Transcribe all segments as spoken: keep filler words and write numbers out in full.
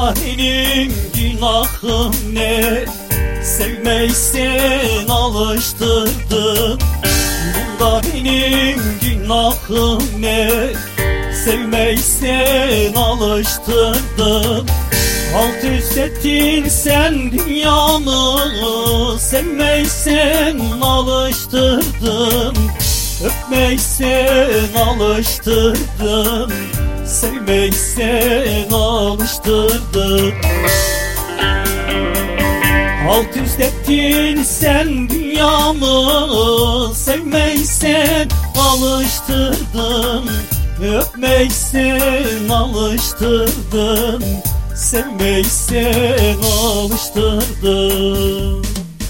Bunda benim günahım ne? Sevmeyi sen alıştırdın. Bunda benim günahım ne? Sevmeyi sen alıştırdın. Alt üst ettin sen dünyamı, sevmeyi sen alıştırdın. Öpmeyi sen alıştırdın, sevmeyi sen alıştırdın. Alt üst ettin sen dünyamı, sevmeyi sen alıştırdın. Öpmeyi sen alıştırdın, sevmeyi sen alıştırdın.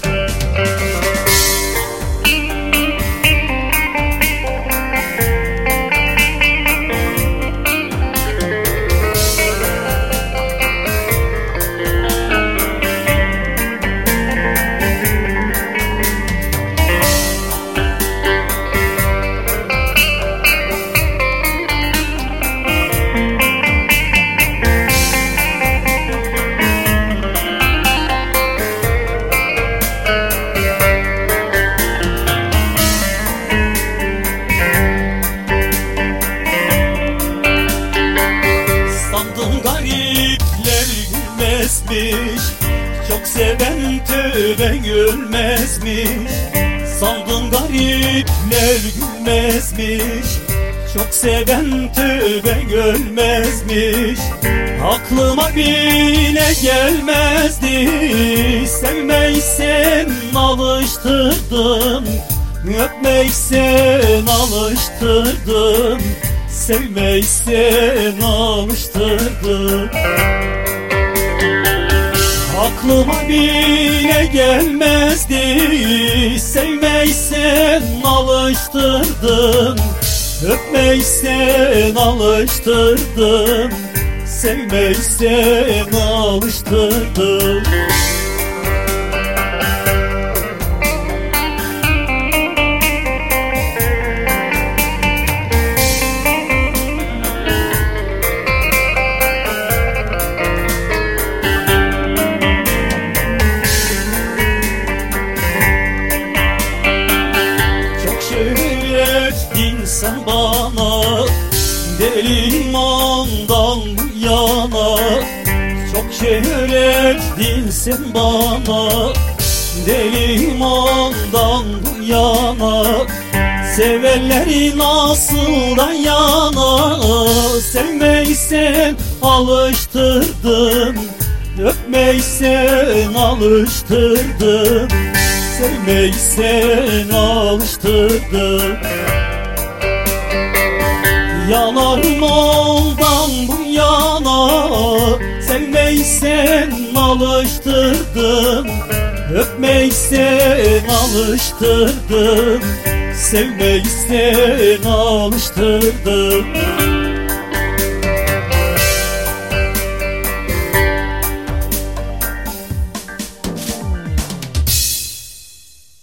Çok seven tövbe gülmezmiş. Sandın garipler gülmezmiş. Çok seven tövbe gülmezmiş. Aklıma bile gelmezdi. Sevmeyi sen alıştırdın. Öpmeyi sen alıştırdın. Sevmeyi sen alıştırdın. Aklıma bile gelmezdi. Sevmeyi sen alıştırdın. Öpmeyi sen alıştırdın. Sevmeyi sen alıştırdın. Sen bana deli imandan bu yana. Çok şehir ettin sen bana deli imandan bu yana. Sevenleri nasıl da yana. Sevmeyi sen alıştırdın. Öpmeyi sen alıştırdın. Sevmeyi sen alıştırdın. Yanarım ondan bu yana. Sevmeyi sen alıştırdın. Öpmeyi sen alıştırdın. Sevmeyi sen alıştırdın.